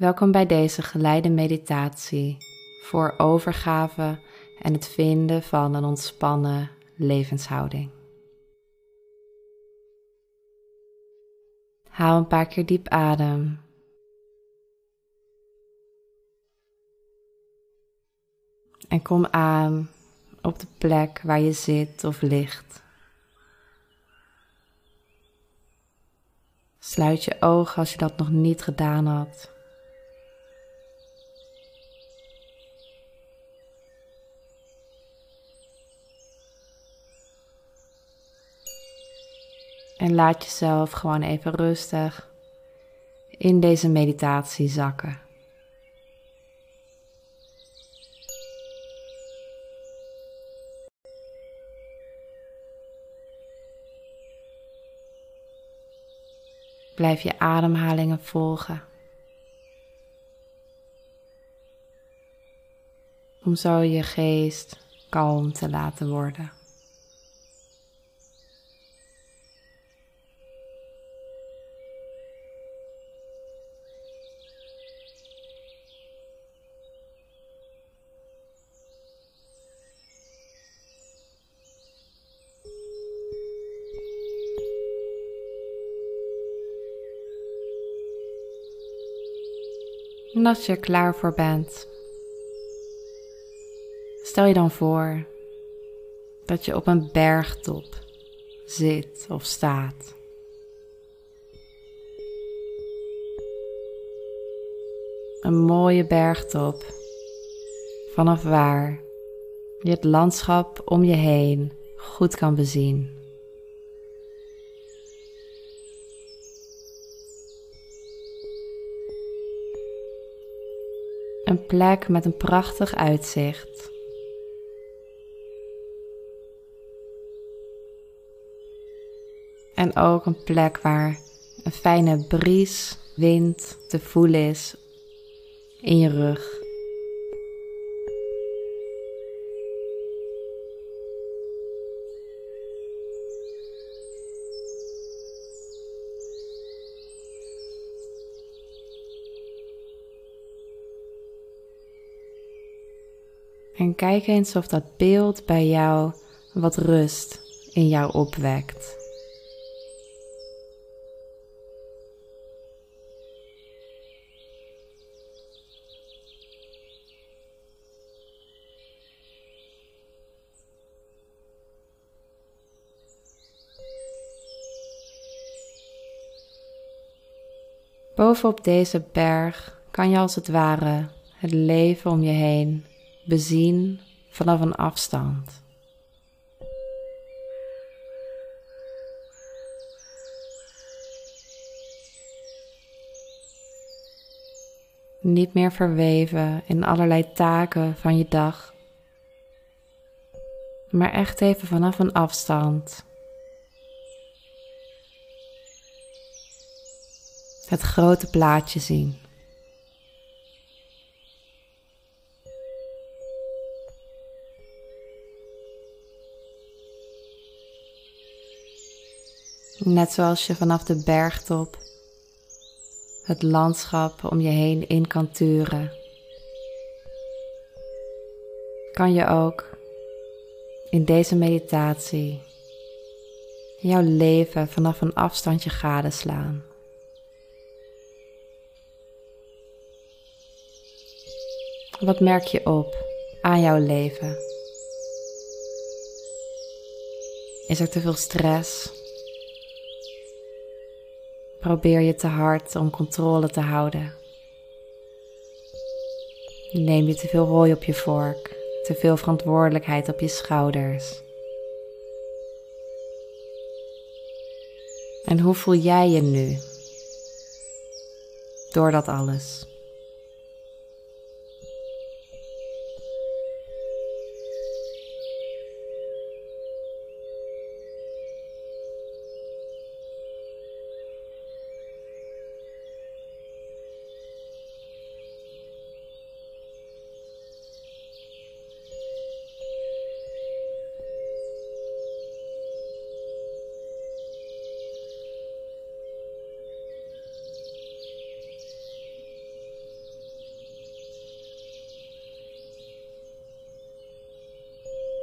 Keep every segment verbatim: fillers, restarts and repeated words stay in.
Welkom bij deze geleide meditatie voor overgave en het vinden van een ontspannen levenshouding. Haal een paar keer diep adem. En kom aan op de plek waar je zit of ligt. Sluit je ogen als je dat nog niet gedaan had. En laat jezelf gewoon even rustig in deze meditatie zakken. Blijf je ademhalingen volgen. Om zo je geest kalm te laten worden. En als je er klaar voor bent, stel je dan voor dat je op een bergtop zit of staat. Een mooie bergtop, vanaf waar je het landschap om je heen goed kan bezien. Een plek met een prachtig uitzicht. En ook een plek waar een fijne bries, wind te voelen is in je rug. En kijk eens of dat beeld bij jou wat rust in jou opwekt. Bovenop deze berg kan je als het ware het leven om je heen bezien vanaf een afstand. Niet meer verweven in allerlei taken van je dag, maar echt even vanaf een afstand. Het grote plaatje zien. Net zoals je vanaf de bergtop het landschap om je heen in kan turen, kan je ook in deze meditatie jouw leven vanaf een afstandje gadeslaan. Wat merk je op aan jouw leven? Is er te veel stress? Probeer je te hard om controle te houden? Neem je te veel hooi op je vork? Te veel verantwoordelijkheid op je schouders? En hoe voel jij je nu door dat alles?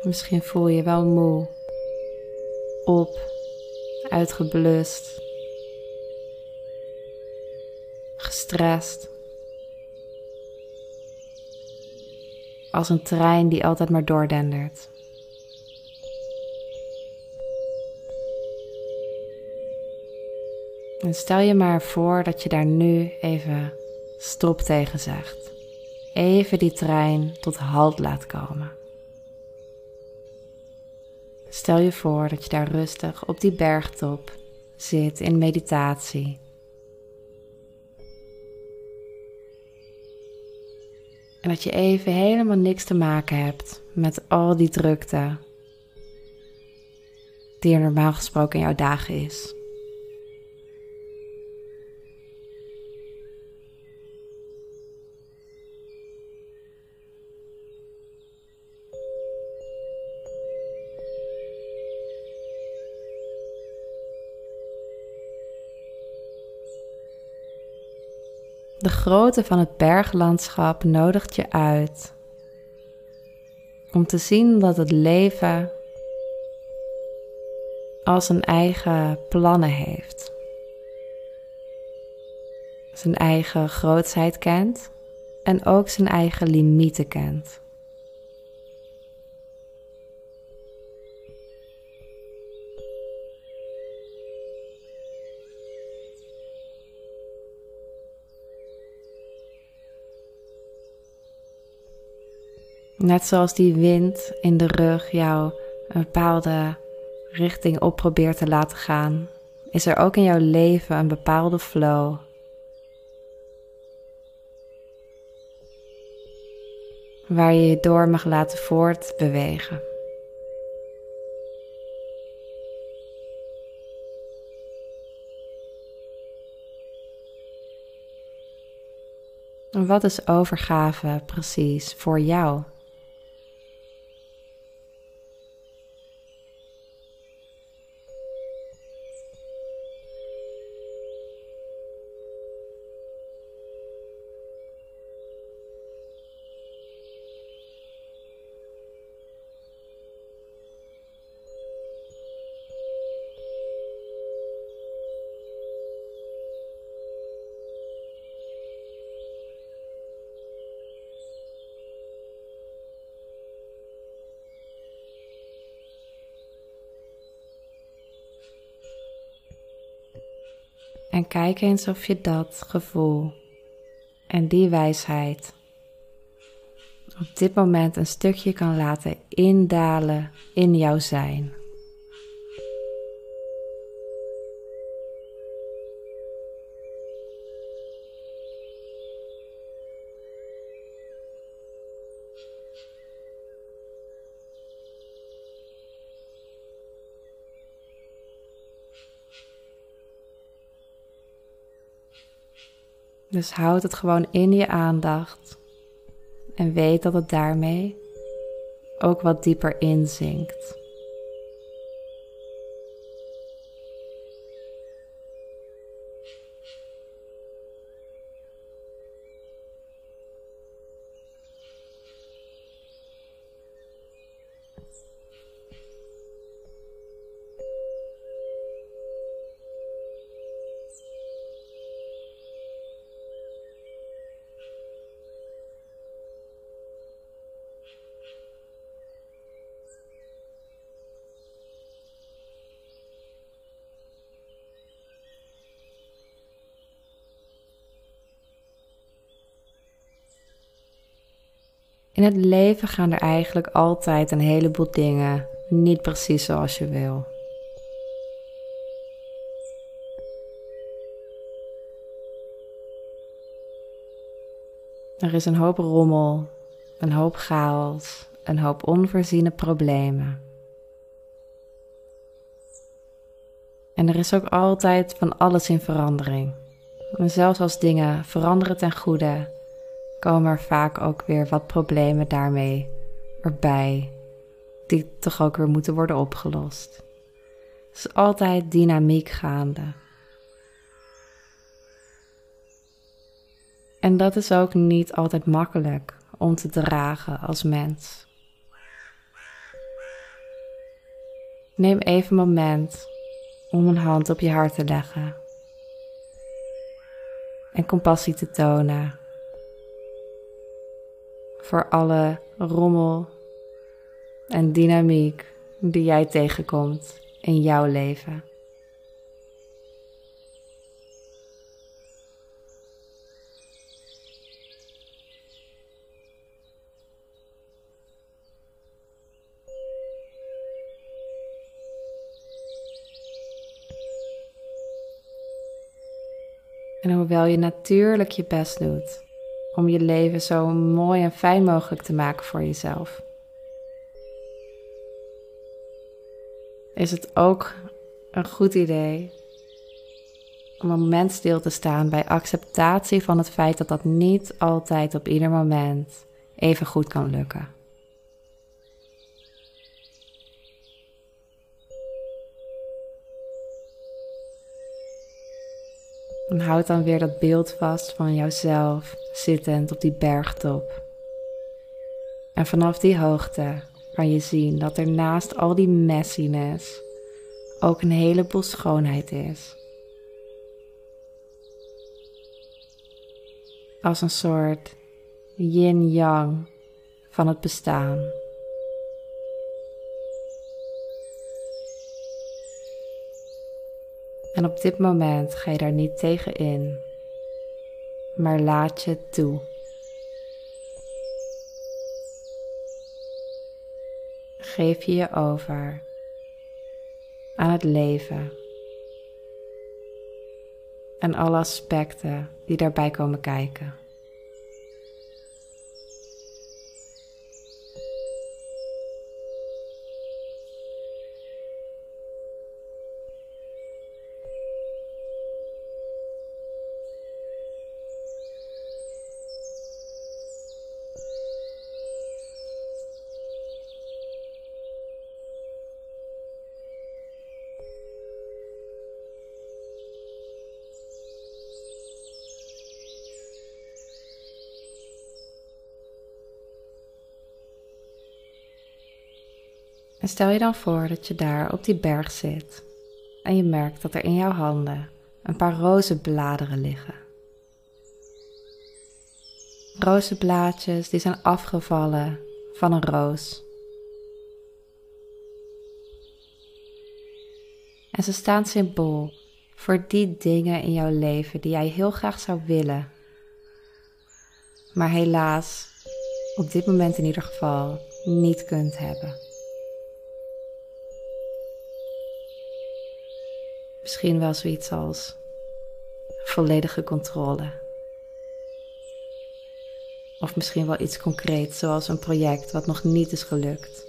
Misschien voel je wel moe, op, uitgeblust, gestrest. Als een trein die altijd maar doordendert. En stel je maar voor dat je daar nu even stop tegen zegt. Even die trein tot halt laat komen. Stel je voor dat je daar rustig op die bergtop zit in meditatie. En dat je even helemaal niks te maken hebt met al die drukte die er normaal gesproken in jouw dagen is. De grootte van het berglandschap nodigt je uit om te zien dat het leven al zijn eigen plannen heeft, zijn eigen grootsheid kent en ook zijn eigen limieten kent. Net zoals die wind in de rug jou een bepaalde richting op probeert te laten gaan, is er ook in jouw leven een bepaalde flow. Waar je je door mag laten voortbewegen. En wat is overgave precies voor jou? En kijk eens of je dat gevoel en die wijsheid op dit moment een stukje kan laten indalen in jouw zijn. Dus houd het gewoon in je aandacht en weet dat het daarmee ook wat dieper inzinkt. In het leven gaan er eigenlijk altijd een heleboel dingen niet precies zoals je wil. Er is een hoop rommel, een hoop chaos, een hoop onvoorziene problemen. En er is ook altijd van alles in verandering. En zelfs als dingen veranderen ten goede, komen er vaak ook weer wat problemen daarmee erbij, die toch ook weer moeten worden opgelost. Het is altijd dynamiek gaande. En dat is ook niet altijd makkelijk om te dragen als mens. Neem even een moment om een hand op je hart te leggen en compassie te tonen voor alle rommel en dynamiek die jij tegenkomt in jouw leven. En hoewel je natuurlijk je best doet om je leven zo mooi en fijn mogelijk te maken voor jezelf, is het ook een goed idee om een moment stil te staan bij acceptatie van het feit dat dat niet altijd op ieder moment even goed kan lukken. En houd dan weer dat beeld vast van jouzelf zittend op die bergtop. En vanaf die hoogte kan je zien dat er naast al die messiness ook een heleboel schoonheid is. Als een soort yin-yang van het bestaan. En op dit moment ga je daar niet tegen in, maar laat je toe. Geef je je over aan het leven en alle aspecten die daarbij komen kijken. En stel je dan voor dat je daar op die berg zit en je merkt dat er in jouw handen een paar rozenbladeren liggen. Rozenblaadjes die zijn afgevallen van een roos. En ze staan symbool voor die dingen in jouw leven die jij heel graag zou willen, maar helaas op dit moment in ieder geval niet kunt hebben. Misschien wel zoiets als volledige controle. Of misschien wel iets concreets, zoals een project wat nog niet is gelukt.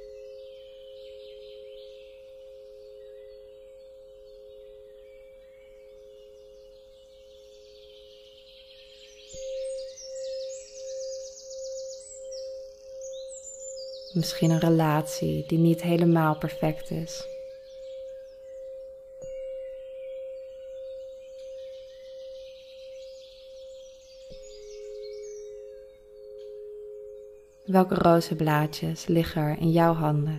Misschien een relatie die niet helemaal perfect is. Welke rozenblaadjes liggen er in jouw handen?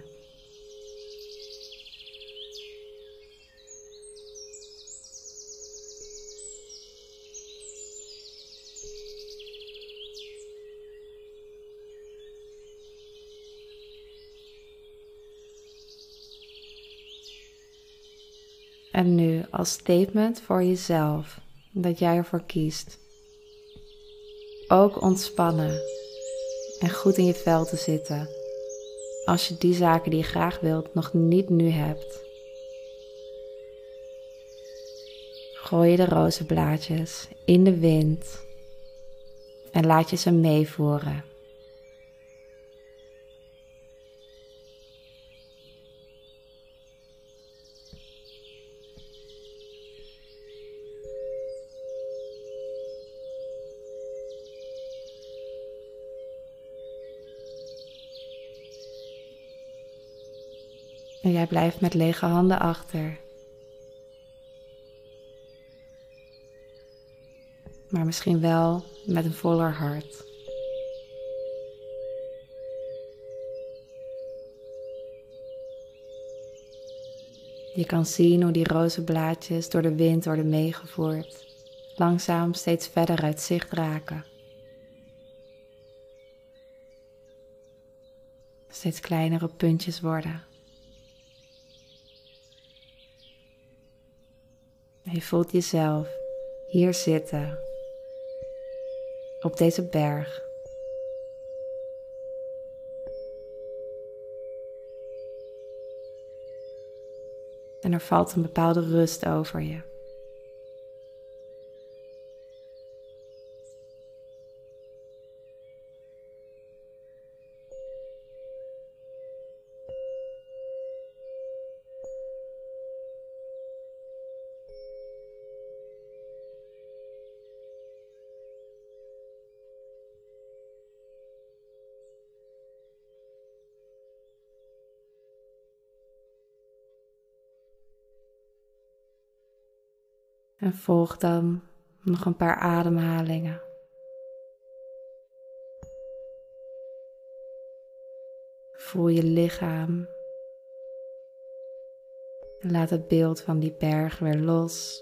En nu als statement voor jezelf dat jij ervoor kiest. Ook ontspannen en goed in je vel te zitten als je die zaken die je graag wilt nog niet nu hebt. Gooi je de rozenblaadjes in de wind en laat je ze meevoeren. En jij blijft met lege handen achter. Maar misschien wel met een voller hart. Je kan zien hoe die roze blaadjes door de wind worden meegevoerd, langzaam steeds verder uit zicht raken. Steeds kleinere puntjes worden. Je voelt jezelf hier zitten, op deze berg. En er valt een bepaalde rust over je. En volg dan nog een paar ademhalingen. Voel je lichaam. En laat het beeld van die berg weer los.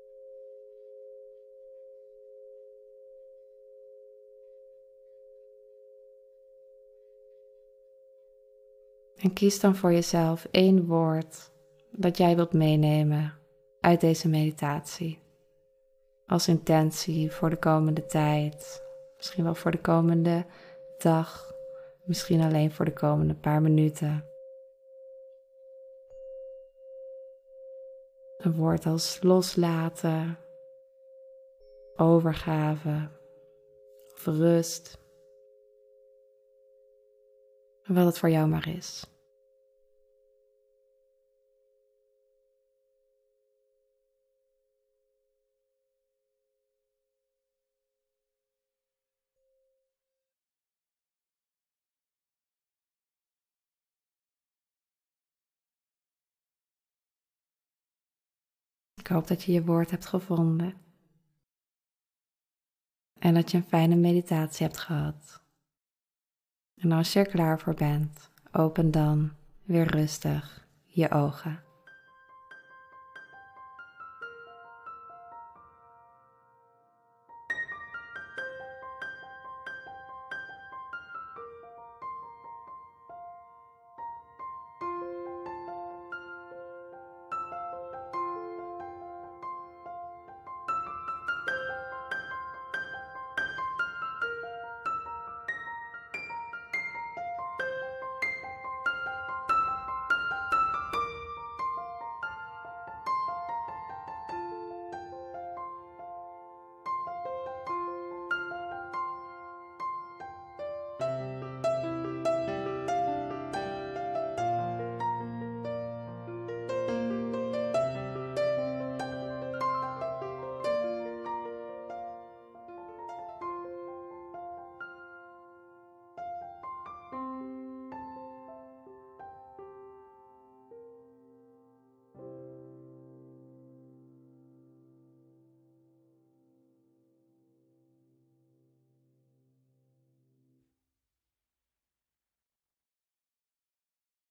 En kies dan voor jezelf één woord dat jij wilt meenemen uit deze meditatie. Als intentie voor de komende tijd, misschien wel voor de komende dag, misschien alleen voor de komende paar minuten. Een woord als loslaten, overgave of rust. Wat het voor jou maar is. Ik hoop dat je je woord hebt gevonden en dat je een fijne meditatie hebt gehad. En als je er klaar voor bent, open dan weer rustig je ogen.